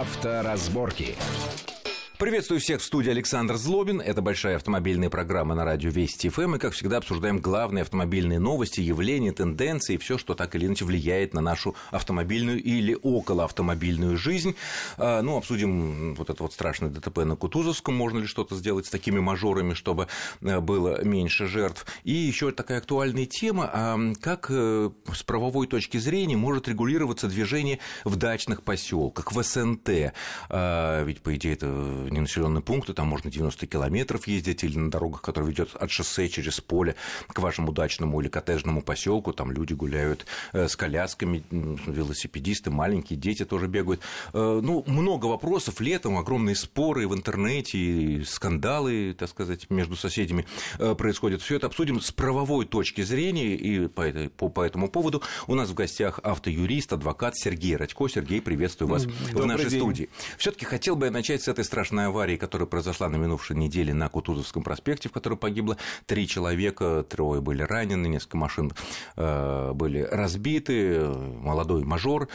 Авторазборки. Приветствую всех в студии Александр Злобин. Это большая автомобильная программа на радио Вести ФМ. И, как всегда, обсуждаем главные автомобильные новости, явления, тенденции, все, что так или иначе влияет на нашу автомобильную или околоавтомобильную жизнь. Обсудим вот это вот страшное ДТП на Кутузовском. Можно ли что-то сделать с такими мажорами, чтобы было меньше жертв? И еще такая актуальная тема. Как с правовой точки зрения может регулироваться движение в дачных поселках, в СНТ? Ведь, по идее, это ненаселенные пункты, там можно 90 километров ездить, или на дорогах, которые ведет от шоссе через поле к вашему дачному или коттеджному поселку, там люди гуляют с колясками, велосипедисты, маленькие дети тоже бегают. Много вопросов летом, огромные споры в интернете, и скандалы, так сказать, между соседями происходят. Все это обсудим с правовой точки зрения, и по этому поводу у нас в гостях автоюрист, адвокат Сергей Радько. Сергей, приветствую вас в нашей студии. Все-таки хотел бы я начать с этой страшной аварии, которая произошла на минувшей неделе на Кутузовском проспекте, в которой погибло 3 человека, 3 были ранены, несколько машин были разбиты. Молодой мажор,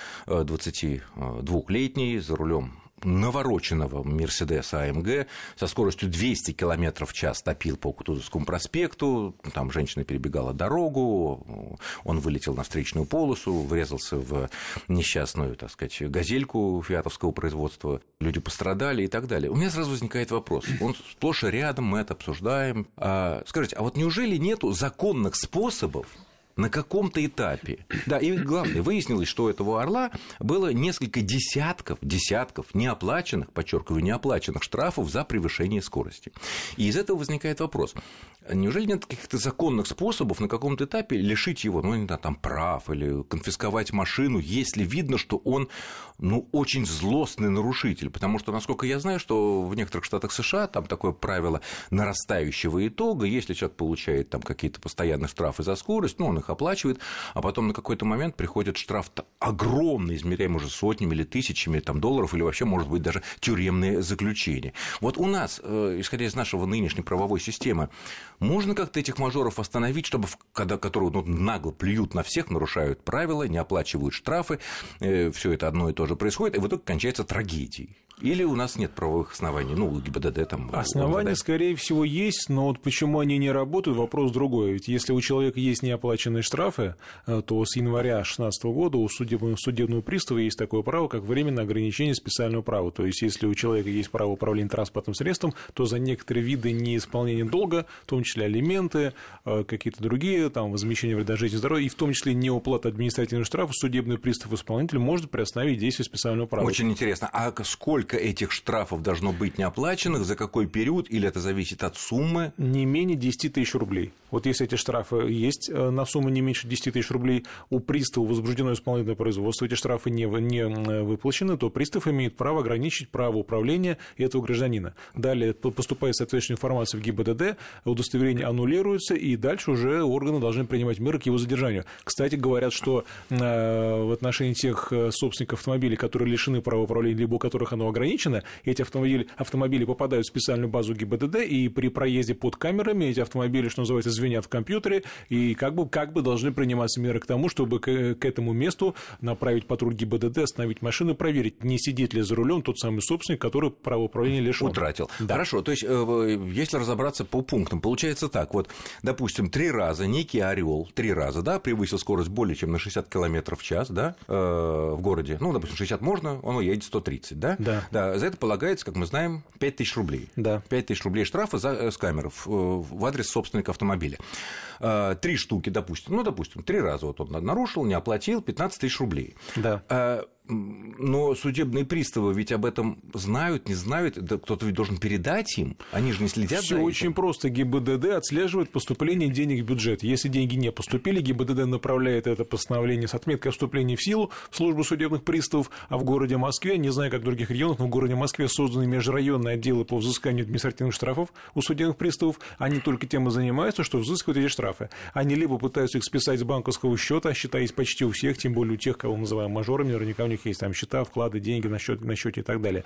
22-летний, за рулем навороченного Мерседеса АМГ со скоростью 200 км в час топил по Кутузовскому проспекту, там женщина перебегала дорогу, он вылетел на встречную полосу, врезался в несчастную, так сказать, газельку фиатовского производства, люди пострадали и так далее. У меня сразу возникает вопрос, он сплошь и рядом, мы это обсуждаем. Скажите, а вот неужели нету законных способов на каком-то этапе? Да, и главное, выяснилось, что у этого «Орла» было несколько десятков неоплаченных, подчеркиваю, неоплаченных штрафов за превышение скорости. И из этого возникает вопрос, неужели нет каких-то законных способов на каком-то этапе лишить его, прав или конфисковать машину, если видно, что он, очень злостный нарушитель? Потому что, насколько я знаю, что в некоторых штатах США там такое правило нарастающего итога, если человек получает там какие-то постоянные штрафы за скорость, он их оплачивает, а потом на какой-то момент приходит штраф огромный, измеряемый уже сотнями или тысячами долларов, или вообще, может быть, даже тюремное заключение. Вот у нас, исходя из нашего нынешней правовой системы, можно как-то этих мажоров остановить, которые нагло плюют на всех, нарушают правила, не оплачивают штрафы, все это одно и то же происходит, и в итоге кончается трагедией? Или у нас нет правовых оснований, у ГИБДД там... Основания, скорее всего, есть, но вот почему они не работают, вопрос другой. Ведь если у человека есть неоплаченные штрафы, то с января 2016 года у судебного пристава есть такое право, как временное ограничение специального права. То есть, если у человека есть право управления транспортным средством, то за некоторые виды неисполнения долга, в том числе алименты, какие-то другие, возмещение вреда жизни и здоровья, и в том числе неуплата административных штрафов, судебный пристав-исполнитель может приостановить действие специального права. Очень интересно. А сколько этих штрафов должно быть неоплаченных, за какой период, или это зависит от суммы? Не менее 10 тысяч рублей. Вот если эти штрафы есть на сумму не меньше 10 тысяч рублей, у пристава возбуждено исполнительное производство, эти штрафы не выплачены, то пристав имеет право ограничить право управления этого гражданина. Далее поступает соответствующая информация в ГИБДД, удостоверение аннулируется, и дальше уже органы должны принимать меры к его задержанию. Кстати, говорят, что в отношении тех собственников автомобилей, которые лишены права управления, либо у которых оно ограничено, эти автомобили попадают в специальную базу ГИБДД, и при проезде под камерами эти автомобили, что называется, звенят в компьютере, и как бы должны приниматься меры к тому, чтобы к этому месту направить патруль ГИБДД, остановить машину, проверить, не сидит ли за рулем тот самый собственник, который право управления лишен. Утратил. Да. Хорошо, то есть, если разобраться по пунктам, получается так, вот, допустим, 3 раза некий «Орел», 3 раза, да, превысил скорость более чем на 60 км в час, да, в городе, допустим, 60 можно, он едет 130, да? Да, за это полагается, как мы знаем, 5000 рублей. Да. 5000 рублей штрафа с камеров в адрес собственника автомобиля. 3 штуки, допустим, 3 раза вот он нарушил, не оплатил, 15 тысяч рублей. Да. Но судебные приставы ведь об этом знают, не знают, да кто-то ведь должен передать им, они же не следят за этим. Всё очень просто, ГИБДД отслеживает поступление денег в бюджет. Если деньги не поступили, ГИБДД направляет это постановление с отметкой о вступлении в силу в службу судебных приставов, а в городе Москве, не знаю, как в других регионах, но в городе Москве созданы межрайонные отделы по взысканию административных штрафов у судебных приставов, они только тем и занимаются, что взыскивают эти штрафы. Они либо пытаются их списать с банковского счета, счета есть почти у всех, тем более у тех, кого мы называем мажорами, наверняка у них есть там счета счета, вклады, деньги на счете и так далее.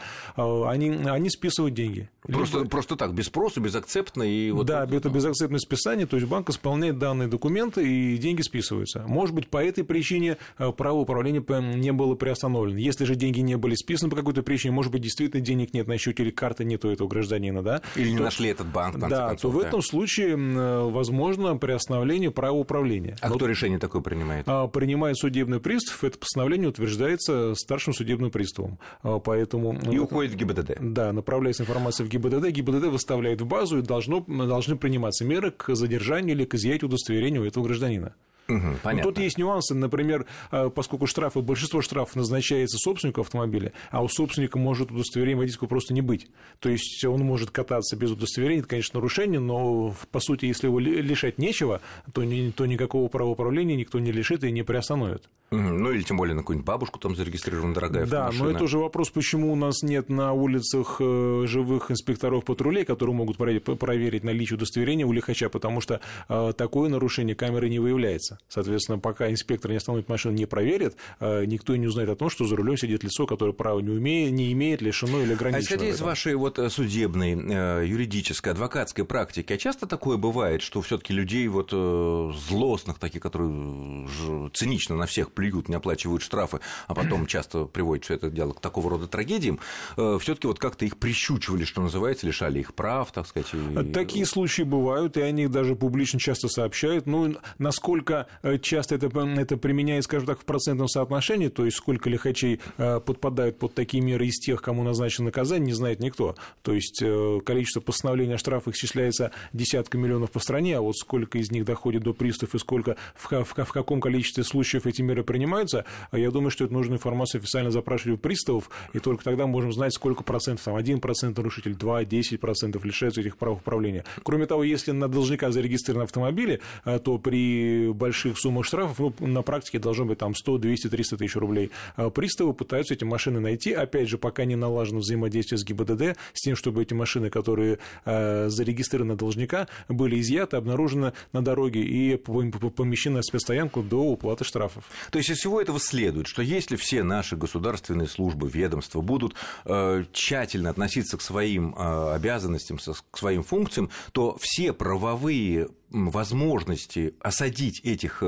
Они списывают деньги. Просто так, без спроса, безакцептно. Да, это безакцептное списание, то есть банк исполняет данные документы, и деньги списываются. Может быть, по этой причине право управления не было приостановлено. Если же деньги не были списаны по какой-то причине, может быть, действительно денег нет на счете или карты нет у этого гражданина, да? Или не нашли этот банк, в конце концов. То в этом случае возможно приостановление права управления. А кто решение такое принимает? Принимает судебный пристав, это постановление утверждается старшим судебным приставом. Поэтому... И уходит в ГИБДД. Да, направляется информация в ГИБДД, ГИБДД выставляет в базу, и должны приниматься меры к задержанию или к изъятию удостоверения у этого гражданина. Понятно. Тут есть нюансы, например, поскольку большинство штрафов назначается собственнику автомобиля, а у собственника может удостоверения водительского просто не быть. То есть он может кататься без удостоверения, это, конечно, нарушение, но, по сути, если его лишать нечего, то никакого права управления никто не лишит и не приостановит. Ну, или тем более на какую-нибудь бабушку там зарегистрирована дорогая автомашина. Да, но это уже вопрос, почему у нас нет на улицах живых инспекторов патрулей, которые могут проверить наличие удостоверения у лихача, потому что такое нарушение камерой не выявляется. Соответственно, пока инспектор не остановит машину, не проверит, никто и не узнает о том, что за рулем сидит лицо, которое права не имеет, лишено или ограничено. А исходя из вашей судебной, юридической, адвокатской практики, а часто такое бывает, что все-таки людей злостных, таких, которые цинично на всех плюют, не оплачивают штрафы, а потом часто приводит все это дело к такого рода трагедиям, все-таки как-то их прищучивали, что называется, лишали их прав, так сказать. Такие случаи бывают, и они даже публично часто сообщают. Ну, насколько часто это применяется, скажем так, в процентном соотношении, то есть сколько лихачей подпадают под такие меры из тех, кому назначено наказание, не знает никто. То есть количество постановлений о штрафах исчисляется десятками миллионов по стране, а вот сколько из них доходит до приставов и сколько в каком количестве случаев эти меры принимаются, я думаю, что это нужно информацию официально запрашивать у приставов, и только тогда можем знать, сколько процентов, 1% нарушитель, 2%, 10% лишаются этих прав управления. Кроме того, если на должника зарегистрированы автомобили, то при больших суммах штрафов, на практике должно быть 100, 200, 300 тысяч рублей. Приставы пытаются эти машины найти, опять же, пока не налажено взаимодействие с ГИБДД, с тем, чтобы эти машины, которые зарегистрированы на должника, были изъяты, обнаружены на дороге и помещены на спецстоянку до уплаты штрафов. То есть из всего этого следует, что если все наши государственные службы, ведомства будут тщательно относиться к своим обязанностям, к своим функциям, то все правовые возможности осадить этих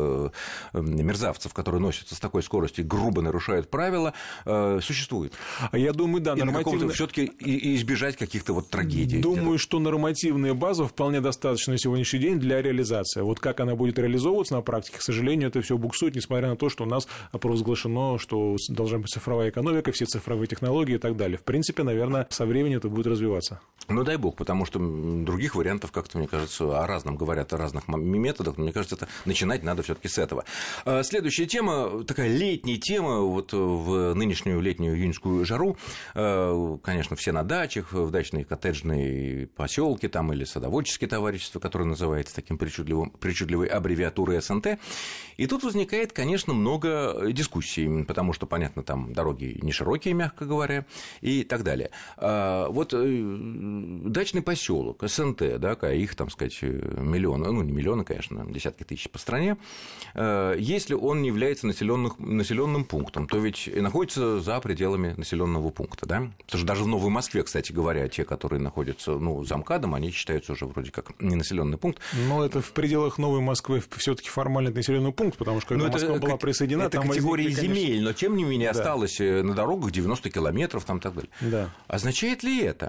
мерзавцев, которые носятся с такой скоростью, грубо нарушают правила, существует. Я думаю, да, нормативно все-таки избежать каких-то трагедий. Думаю, что нормативная база вполне достаточна на сегодняшний день для реализации. Вот как она будет реализовываться на практике, к сожалению, это все буксует, несмотря на то, что у нас провозглашено, что должна быть цифровая экономика, все цифровые технологии и так далее. В принципе, наверное, со временем это будет развиваться. Ну, дай бог, потому что других вариантов, как-то, мне кажется, о разном говорят, о разных методах, но мне кажется, это начинать надо все-таки с этого. Следующая тема, такая летняя тема, в нынешнюю летнюю июньскую жару, конечно, все на дачах, в дачные коттеджные поселки там, или садоводческие товарищества, которые называются таким причудливой аббревиатурой СНТ, и тут возникает, конечно, много дискуссий, потому что, понятно, там дороги не широкие, мягко говоря, и так далее. Дачный поселок СНТ, да, их, там сказать, миллионы, не миллионы, конечно, десятки тысяч по стране, если он не является населенным пунктом, то ведь и находится за пределами населенного пункта, да? Потому что даже в Новой Москве, кстати говоря, те, которые находятся, за МКАДом, они считаются уже вроде как не населенный пункт. Но это в пределах Новой Москвы все-таки формально населенный пункт, потому что когда Москва была присоединена, это там категории возникли, земель, но тем не менее да, осталось на дорогах 90 километров там, и так далее. Да. Означает ли это,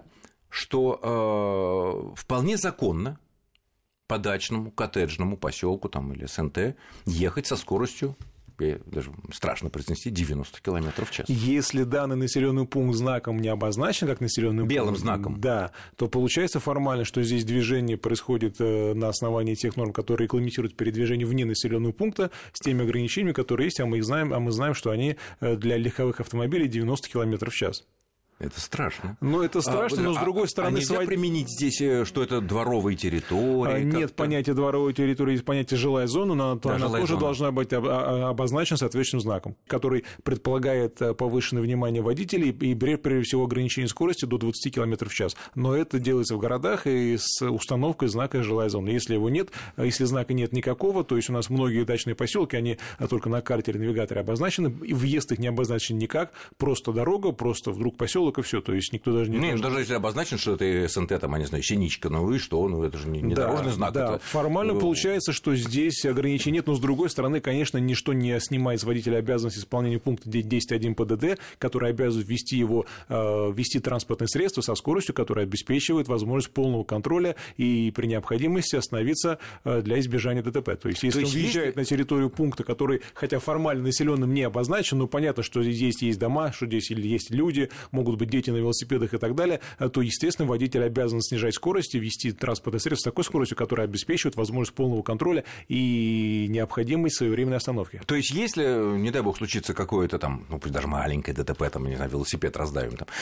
что вполне законно по дачному, коттеджному поселку или СНТ ехать со скоростью, даже страшно произнести, 90 км в час? Если данный населенный пункт знаком не обозначен как населенный пункт, белым знаком, да, то получается формально, что здесь движение происходит на основании тех норм, которые регламентируют передвижение вне населенного пункта, с теми ограничениями, которые есть, а мы знаем, что они для легковых автомобилей 90 км в час. Это страшно. Но это страшно, но с другой стороны... нельзя применить здесь, что это дворовые территории? Нет понятия дворовой территории, есть понятие жилая зона, но она тоже должна быть обозначена соответствующим знаком, который предполагает повышенное внимание водителей и, прежде всего, ограничение скорости до 20 км в час. Но это делается в городах и с установкой знака жилая зона. Если его нет, если знака нет никакого, то есть у нас многие дачные поселки, они только на карте или навигаторе обозначены, и въезд их не обозначен никак, просто дорога, просто вдруг поселок, и все, то есть никто даже не... Нет, даже если обозначен, что это СНТ, там, я не знаю, Синичка, ну и что, ну это же не дорожный знак. Да, это... формально получается, что здесь ограничений нет, но с другой стороны, конечно, ничто не снимает с водителя обязанность исполнения пункта 10.1 ПДД, который обязывает ввести транспортное средство со скоростью, которая обеспечивает возможность полного контроля и при необходимости остановиться для избежания ДТП. То есть, если он въезжает на территорию пункта, который, хотя формально населенным не обозначен, но понятно, что здесь есть дома, что здесь есть люди, могут быть дети на велосипедах и так далее, то, естественно, водитель обязан снижать скорость и вести транспортное средство с такой скоростью, которая обеспечивает возможность полного контроля и необходимость своевременной остановки. То есть, если, не дай бог, случится какое-то там, ну, пусть даже маленькое ДТП, там, не знаю, велосипед раздавим, там,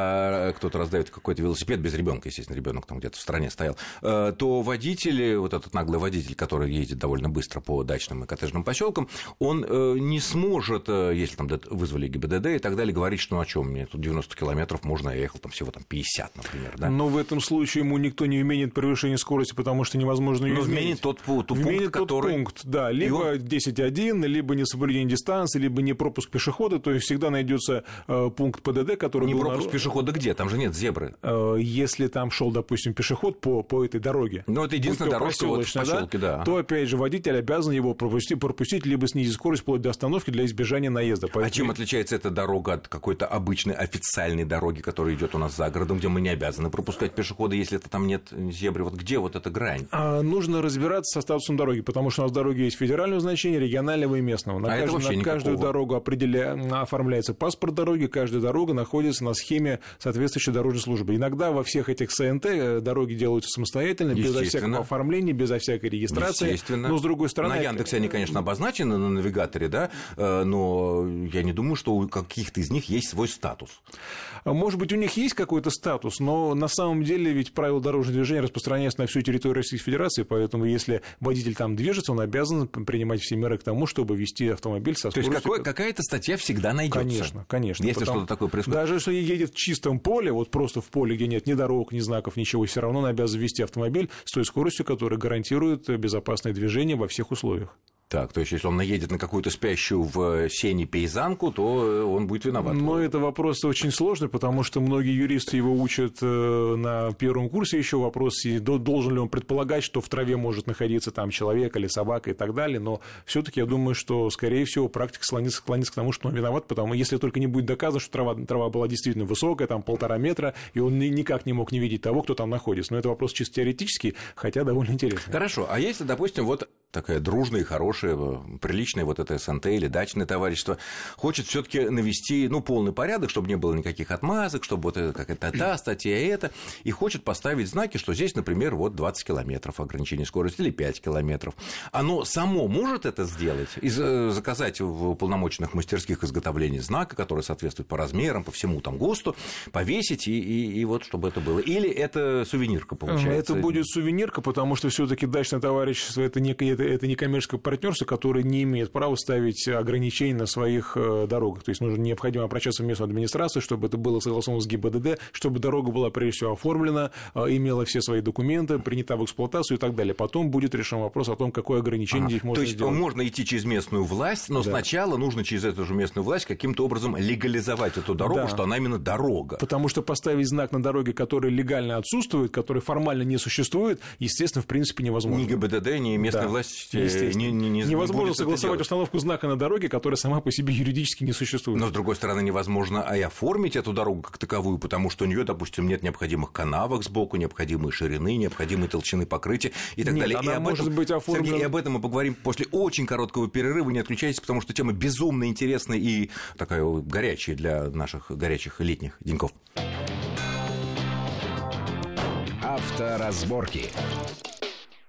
кто-то раздавит какой-то велосипед без ребенка, естественно, ребенок там где-то в стороне стоял, то водитель, вот этот наглый водитель, который едет довольно быстро по дачным и коттеджным поселкам, он не сможет, если там вызвали ГИБДД и так далее, говорить, что ну, о чем мне тут 90 километров можно, я ехал там всего там 50, например, да? Но в этом случае ему никто не вменит превышение скорости, потому что невозможно ее изменить. Вменит тот пункт, который... Да, либо 10.1, либо несоблюдение дистанции, либо не пропуск пешехода, то есть всегда найдется пункт ПДД, который... Не пропуск пешехода где? Там же нет зебры. Если там шел, допустим, пешеход по этой дороге, ну, это единственная дорожка вот в поселке, да, то, опять же, водитель обязан его пропустить, либо снизить скорость вплоть до остановки для избежания наезда. Поэтому... А чем отличается эта дорога от какой-то обычной официальной дороги, которая идет у нас за городом, где мы не обязаны пропускать пешехода, если там нет зебры? Вот где вот эта грань? Нужно разбираться со статусом дороги, потому что у нас дороги есть федерального значения, регионального и местного. На каждую дорогу оформляется паспорт дороги, каждая дорога находится на схеме соответствующей дорожной службы. Иногда во всех этих СНТ дороги делаются самостоятельно, безо всякого оформления, безо всякой регистрации. Естественно. Но с другой стороны... На Яндексе они, конечно, обозначены на навигаторе, да, но я не думаю, что у каких-то из них есть свой статус. Может быть, у них есть какой-то статус, но на самом деле ведь правила дорожного движения распространяются на всю территорию Российской Федерации, поэтому если водитель там движется, он обязан принимать все меры к тому, чтобы вести автомобиль со скоростью... То есть какая-то статья всегда найдется. Конечно. Если что-то такое происходит. Даже если едет в чистом поле, вот просто в поле, где нет ни дорог, ни знаков, ничего, все равно он обязан вести автомобиль с той скоростью, которая гарантирует безопасное движение во всех условиях. Так, то есть, если он наедет на какую-то спящую в сене пейзанку, то он будет виноват. Но это вопрос очень сложный, потому что многие юристы его учат на первом курсе еще вопрос, должен ли он предполагать, что в траве может находиться там человек или собака и так далее, но все-таки я думаю, что, скорее всего, практика склонится к тому, что он виноват, потому если только не будет доказано, что трава была действительно высокая, там 1,5 метра, и он никак не мог не видеть того, кто там находится. Но это вопрос чисто теоретический, хотя довольно интересный. Хорошо, а если, допустим, вот такая дружная и хорошая, приличная вот эта СНТ или дачное товарищество хочет все-таки навести, ну, полный порядок, чтобы не было никаких отмазок, чтобы вот это какая-то та статья это, и хочет поставить знаки, что здесь, например, вот 20 километров ограничение скорости или 5 километров. Оно само может это сделать и заказать в уполномоченных мастерских изготовление знака, который соответствует по размерам, по всему там ГОСТу, повесить и вот чтобы это было. Или это сувенирка получается? Это будет сувенирка, потому что все-таки дачное товарищество это не коммерческое партнерство, которое не имеет права ставить ограничения на своих дорогах. То есть нужно необходимо обращаться в местную администрацию, чтобы это было согласовано с ГИБДД, чтобы дорога была прежде всего оформлена, имела все свои документы, принята в эксплуатацию и так далее. Потом будет решен вопрос о том, какое ограничение здесь можно сделать. То есть можно идти через местную власть, но сначала нужно через эту же местную власть каким-то образом легализовать эту дорогу, что она именно дорога. Потому что поставить знак на дороге, который легально отсутствует, который формально не существует, естественно, в принципе, невозможно. Ни ГИБДД, ни местная власть невозможно согласовать установку знака на дороге, которая сама по себе юридически не существует. Но, с другой стороны, невозможно и оформить эту дорогу как таковую, потому что у нее, допустим, нет необходимых канавок сбоку, необходимой ширины, необходимой толщины покрытия и так далее. Она может быть оформлена... Сергей, и об этом мы поговорим после очень короткого перерыва. Не отключайтесь, потому что тема безумно интересная и такая горячая для наших горячих летних деньков. Авторазборки.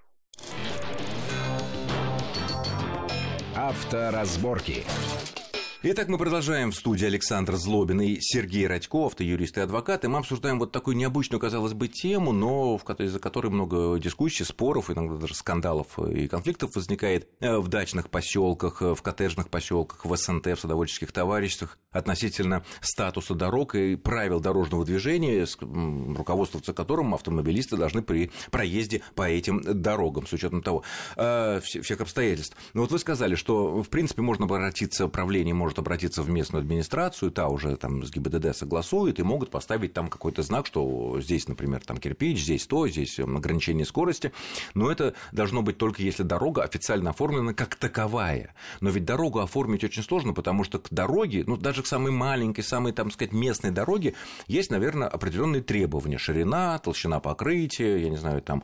Авторазборки. Итак, мы продолжаем в студии Александр Злобин и Сергей Радько, юрист и адвокат, и мы обсуждаем вот такую необычную, казалось бы, тему, но из-за которой много дискуссий, споров, иногда даже скандалов и конфликтов возникает в дачных поселках, в коттеджных поселках, в СНТ, в садоводческих товариществах относительно статуса дорог и правил дорожного движения, руководствоваться которым автомобилисты должны при проезде по этим дорогам, с учетом того, всех обстоятельств. Но вот вы сказали, что, в принципе, можно обратиться, правление может обратиться в местную администрацию, та уже там с ГИБДД согласует, и могут поставить там какой-то знак, что здесь, например, там кирпич, здесь то, здесь ограничение скорости, но это должно быть только если дорога официально оформлена как таковая. Но ведь дорогу оформить очень сложно, потому что к дороге, ну, даже к самой маленькой, самой, там сказать, местной дороге есть, наверное, определенные требования: ширина, толщина покрытия, я не знаю, там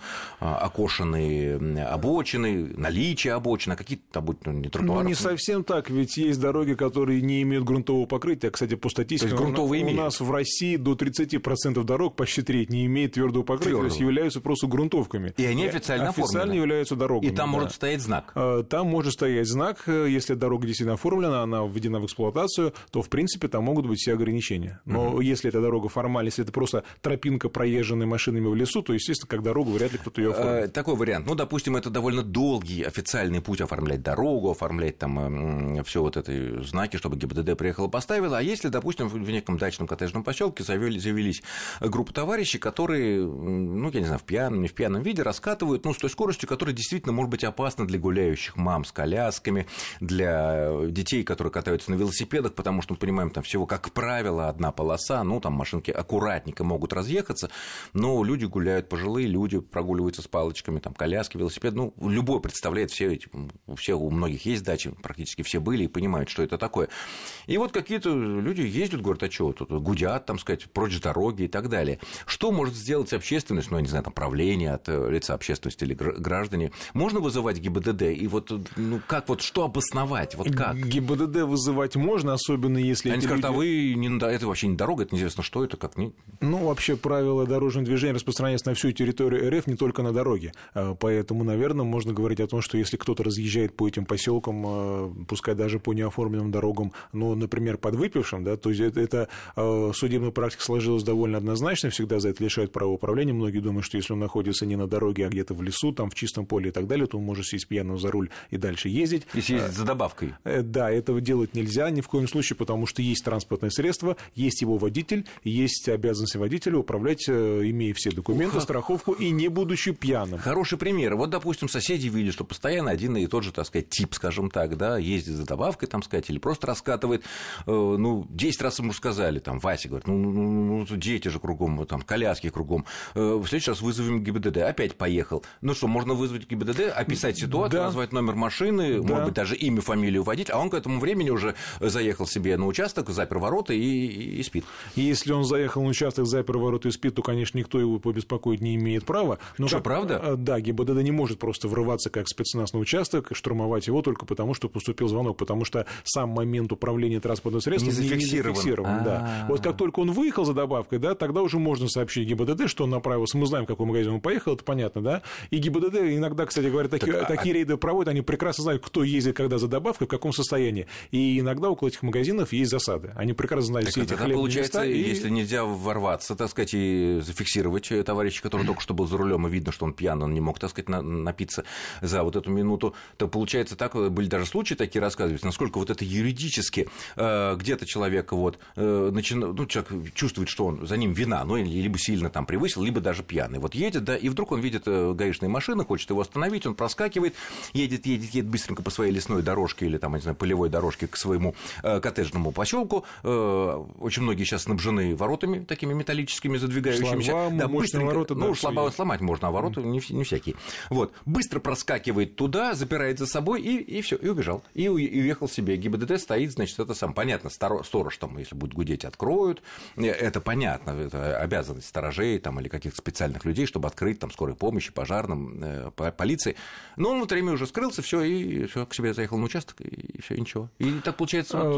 окошенные обочины, наличие обочин, а какие-то там будут не тротуары. Ну, не совсем так, ведь есть дороги, которые не имеют грунтового покрытия. Кстати, по статистике, у нас в России до 30% дорог, почти треть, не имеет твердого покрытия, то есть являются просто грунтовками. И они официально оформлены. Являются дорогами. И там может стоять знак. Там может стоять знак, если дорога действительно оформлена, она введена в эксплуатацию, то, в принципе, там могут быть все ограничения. Но если эта дорога формальна, если это просто тропинка, проезженная машинами в лесу, то, естественно, как дорогу вряд ли кто-то ее оформит. Такой вариант. Ну, допустим, это довольно долгий официальный путь оформлять дорогу, оформлять там все вот это знаки, чтобы ГИБДД приехала, поставила. А если, допустим, в неком дачном коттеджном поселке завелись группа товарищей, которые, ну, я не знаю, не в пьяном виде раскатывают, ну, с той скоростью, которая действительно может быть опасна для гуляющих мам с колясками, для детей, которые катаются на велосипедах, потому что мы понимаем, там всего, как правило, одна полоса, ну, там машинки аккуратненько могут разъехаться, но люди гуляют, пожилые люди прогуливаются с палочками, там коляски, велосипед, ну, любой представляет, у многих есть дачи, практически все были и понимают, что это такое. И вот какие-то люди ездят, говорят, а что, тут гудят, там сказать, прочь с дороги и так далее. Что может сделать общественность, ну, я не знаю, там, правление от лица общественности или граждане? Можно вызывать ГИБДД? И вот, ну, как вот, что обосновать? Вот как? ГИБДД вызывать можно, особенно если... Они скажут, это вообще не дорога, это неизвестно, что это, как не... Ну, вообще, правила дорожного движения распространяются на всю территорию РФ, не только на дороге. Поэтому, наверное, можно говорить о том, что если кто-то разъезжает по этим поселкам, пускай даже по неоформленным дорогам, ну, например, подвыпившим, да, то есть это судебная практика сложилась довольно однозначно, всегда за это лишают права управления. Многие думают, что если он находится не на дороге, а где-то в лесу, там в чистом поле и так далее, то он может сесть пьяным за руль и дальше ездить. Если ездить за добавкой. Да, этого делать нельзя ни в коем случае, потому что есть транспортное средство, есть его водитель, есть обязанность водителя управлять, имея все документы, страховку и не будучи пьяным. Хороший пример. Вот, допустим, соседи видят, что постоянно один и тот же, так сказать, тип, скажем так, да, ездит за добавкой, там сказать, или просто раскатывает. Ну, 10 раз ему сказали, там, Вася говорит, ну, дети же кругом, там, коляски кругом. В следующий раз вызовем ГИБДД. Опять поехал. Ну что, можно вызвать ГИБДД, описать ситуацию, да, назвать номер машины, да, может быть, даже имя, фамилию водителя, а он к этому времени уже заехал себе на участок, запер ворота и спит. И если он заехал на участок, запер ворота и спит, то, конечно, никто его побеспокоить не имеет права. Но что, правда? Да, ГИБДД не может просто врываться как спецназ на участок, штурмовать его только потому, что поступил звонок, потому что сам момент управления транспортным средством не зафиксирован. Да. Вот как только он выехал за добавкой, да, тогда уже можно сообщить ГИБДД, что он направился. Мы знаем, в какой магазин он поехал, это понятно, да. И ГИБДД иногда, кстати говоря, такие рейды проводят, они прекрасно знают, кто ездит когда за добавкой, в каком состоянии. И иногда около этих магазинов есть засады. Они прекрасно знают все эти хлебные места. Если нельзя ворваться, так сказать, и зафиксировать товарища, который только что был за рулем, и видно, что он пьян, он не мог, так сказать, напиться за вот эту минуту, то получается так, были даже случаи такие рассказывать, насколько вот это юридически где-то человек вот, человек чувствует, что он, за ним вина, ну, либо сильно там превысил, либо даже пьяный. Вот едет, да, и вдруг он видит гаишные машины, хочет его остановить, он проскакивает, едет быстренько по своей лесной дорожке или там, я не знаю, полевой дорожке к своему коттеджному поселку. Очень многие сейчас снабжены воротами такими металлическими, задвигающимися. Шлагбаум, да, быстренько, ворота, да, шлагбаум сломать можно, а ворота не всякие. Вот. Быстро проскакивает туда, запирает за собой и все, и убежал. И уехал себе. ГИБДД стоит, значит, это сам, понятно, сторож там, если будет гудеть, откроют. Это понятно, это обязанность сторожей там, или каких-то специальных людей, чтобы открыть там скорой помощи, пожарным, полиции. Но он в это время уже скрылся, все, и все, к себе заехал на участок, и все, и ничего. И так получается.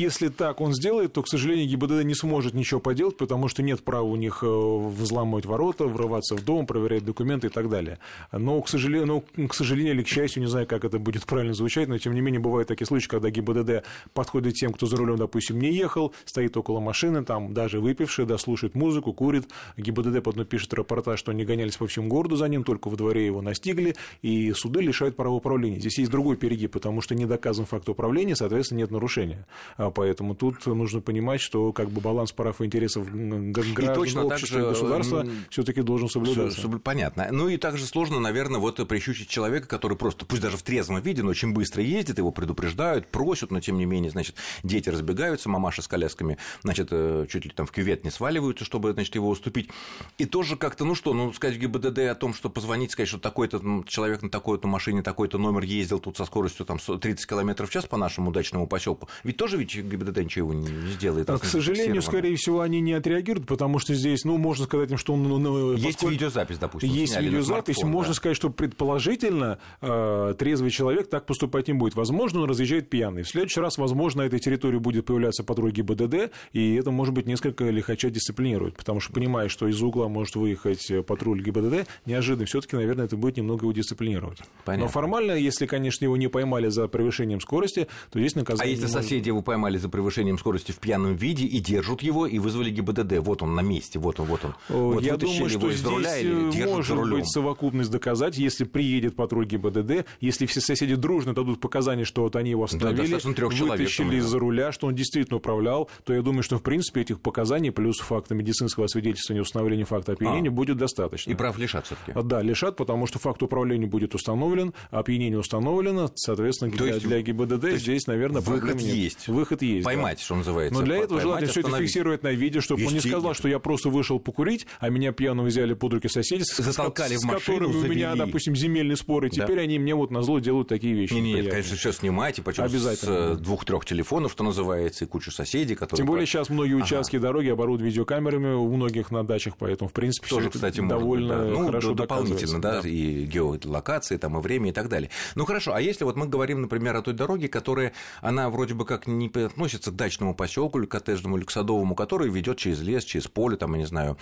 если так он сделает, то, к сожалению, ГИБДД не сможет ничего поделать, потому что нет права у них взламывать ворота, врываться в дом, проверять документы и так далее. Но, к сожалению, или к счастью, не знаю, как это будет правильно звучать, но, тем не менее, бывают такие случаи, когда ГИБДД подходит к тем, кто за рулем, допустим, не ехал, стоит около машины, там даже выпивший, да, слушает музыку, курит. ГИБДД потом пишет рапорта, что они гонялись по всему городу за ним, только во дворе его настигли, и суды лишают права управления. Здесь есть другой перегиб, потому что не доказан факт управления, соответственно, нет нарушения. Поэтому тут нужно понимать, что как бы баланс прав и интересов граждан, общества и государства все-таки должен соблюдаться. Понятно. Ну и также сложно, наверное, вот прищучить человека, который просто, пусть даже в трезвом виде, но очень быстро ездит, его предупреждают, просят, но тем не менее, значит, дети разбегаются, мамаши с колясками, значит, чуть ли там в кювет не сваливаются, чтобы, значит, его уступить. И тоже как-то, сказать в ГИБДД о том, что позвонить, сказать, что такой-то человек на такой-то машине, такой-то номер ездил тут со скоростью там 30 км в час по нашему дачному поселку. Ведь тоже ГИБДД ничего не сделает. К сожалению, скорее всего, они не отреагируют, потому что здесь, можно сказать им, что есть видеозапись, допустим. Есть видеозапись, можно сказать, что предположительно трезвый человек так поступать не будет. Возможно, он разъезжает пьяный. В следующий раз, возможно, на этой территории будет появляться патруль ГИБДД, и это, может быть, несколько лихача дисциплинирует, потому что, понимая, что из угла может выехать патруль ГИБДД, неожиданно все-таки, наверное, это будет немного его дисциплинировать. Понятно. Но формально, если, конечно, его не поймали за превышением скорости, то здесь наказание. А если соседи его поймали за превышением скорости в пьяном виде и держат его, и вызвали ГИБДД, вот он на месте, вот он. Я думаю, что здесь может быть совокупность доказать, если приедет патруль ГИБДД, если все соседи дружно дадут показания, что вот они его остановили, вытащили из-за руля, что он действительно управлял, то я думаю, что в принципе этих показаний плюс факта медицинского освидетельствования, установления факта опьянения будет достаточно. И прав лишат все-таки. Да, лишат, потому что факт управления будет установлен, опьянение установлено, соответственно, для ГИБДД здесь, наверное, выход есть. Выход есть. Поймать, да. что называется. Но для этого желательно все это фиксировать на видео, чтобы он не сказал, что я просто вышел покурить, а меня пьяного взяли под руки соседи, затолкали в машину, с которыми у меня, допустим, земельный спор, и теперь они мне вот назло делают такие вещи. Нет, конечно, все снимайте, причем с 2-3 телефонов, что называется, и кучу соседей, которые... Тем более сейчас многие участки дороги оборудуют видеокамерами у многих на дачах, поэтому, в принципе, тоже, все кстати, довольно хорошо дополнительно, да, и геолокации, там, и время, и так далее. Ну, хорошо, а если вот мы говорим, например, о той дороге, которая, она вроде бы как не относится к дачному поселку или к коттеджному, или к садовому, который ведет через лес, через поле, там, я не знаю,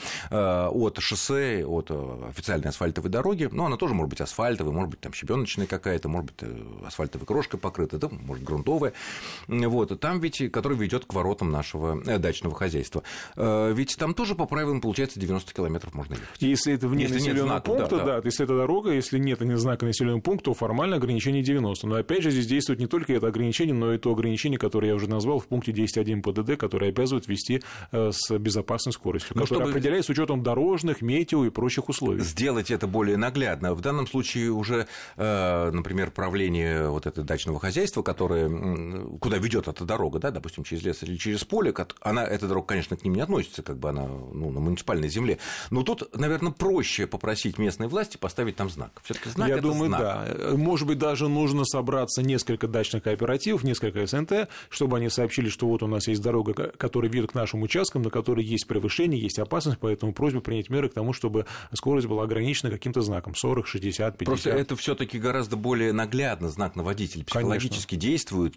от шоссе, от официальной асфальтовой дороги, она тоже может быть асфальтовой, может быть, там, щебеночная какая-то, может быть, асфальтовой крошкой покрыта, да, может, грунтовая, вот, там ведь, который ведет к воротам нашего дачного хозяйства. Ведь там тоже по правилам, получается, 90 километров можно ехать. Если это вне населенного пункта, да, если это дорога, если нет знака населенного пункта, то формально ограничение 90. Но опять же, здесь действует не только это ограничение, но и то ограничение, которое я уже назвал в пункте 10.1 ПДД, которое обязывает вести с безопасной скоростью, которое определяет с учетом дорожных, метео и прочих условий. Сделать это более наглядно. В данном случае уже, например, правление вот этого дачного хозяйства, которое, куда ведет эта дорога, да, допустим, через лес или через поле, эта дорога, конечно, к ним не относится, как бы она на муниципальной земле, но тут, наверное, проще попросить местной власти поставить там знак. Все-таки знак — это думаю, знак. Да. Может быть, даже нужно собраться несколько дачных кооперативов, несколько СНТ, чтобы они сообщили, что вот у нас есть дорога, которая ведет к нашим участкам, на которой есть превышение, есть опасность, поэтому просьба принять меры к тому, чтобы скорость была ограничена каким-то знаком 40, 60, 50. Просто это все-таки гораздо более наглядно знак на водителя психологически действует,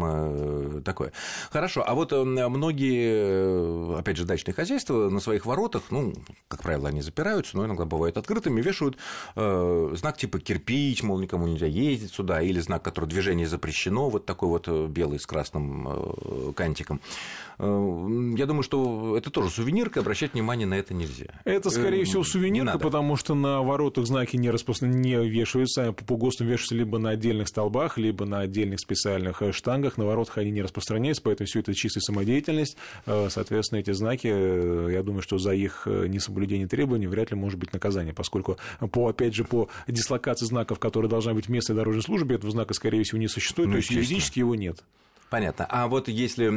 чем такое. Хорошо, а вот многие, опять же, дачные хозяйства на своих воротах, как правило, они запираются, но иногда бывают открытыми, вешают знак типа кирпич, мол, никому нельзя ездить сюда, или знак, который движение запрещено, вот такой вот белый с красным кантиком. Я думаю, что это тоже сувенирка, обращать внимание на это нельзя. Это, скорее всего, сувенирка, потому что на воротах знаки не вешаются, по ГОСТам вешаются либо на отдельных столбах, либо на отдельных специальных штангах, на воротах они не распространяются, поэтому все это чистая самодеятельность, соответственно, эти знаки, я думаю, что за их несоблюдение требований вряд ли может быть наказание, поскольку, опять же, по дислокации знаков, которые должна быть в местной дорожной службе, этого знака, скорее всего, не существует, то есть юридически его нет. Понятно. А вот если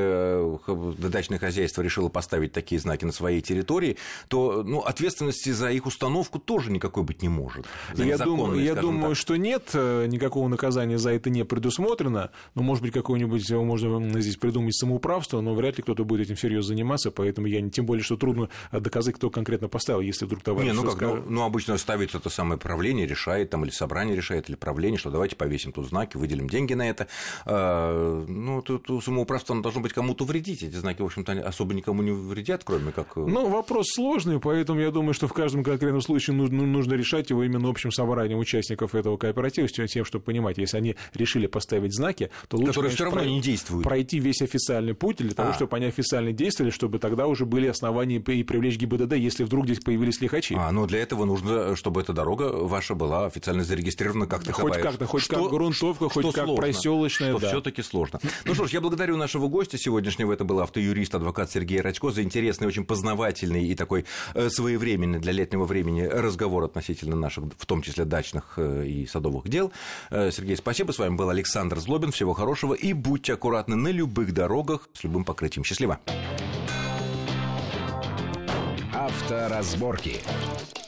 дачное хозяйство решило поставить такие знаки на своей территории, то ответственности за их установку тоже никакой быть не может. Я думаю, что нет, никакого наказания за это не предусмотрено. Но, может быть, какое-нибудь можно здесь придумать самоуправство, но вряд ли кто-то будет этим всерьез заниматься, поэтому тем более, что трудно доказать, кто конкретно поставил, если вдруг товарищ... обычно ставится это самое правление, решает, или собрание решает, или правление, что давайте повесим тут знаки, выделим деньги на это. самоуправство должно быть кому-то вредить. Эти знаки, в общем-то, особо никому не вредят, кроме как... Вопрос сложный, поэтому я думаю, что в каждом конкретном случае нужно решать его именно общим собранием участников этого кооператива, с тем, чтобы понимать, если они решили поставить знаки, то лучше, которые все равно не действуют, пройти весь официальный путь для того, чтобы они официально действовали, чтобы тогда уже были основания и привлечь ГИБДД, если вдруг здесь появились лихачи. Но для этого нужно, чтобы эта дорога ваша была официально зарегистрирована как таковая. Хоть как грунтовка, хоть как проселочная. Что все-таки сложно. Ну что ж, я благодарю нашего гостя сегодняшнего. Это был автоюрист, адвокат Сергей Радько, за интересный, очень познавательный и такой своевременный для летнего времени разговор относительно наших, в том числе дачных и садовых дел. Сергей, спасибо. С вами был Александр Злобин. Всего хорошего и будьте аккуратны на любых дорогах с любым покрытием. Счастливо. Авторазборки.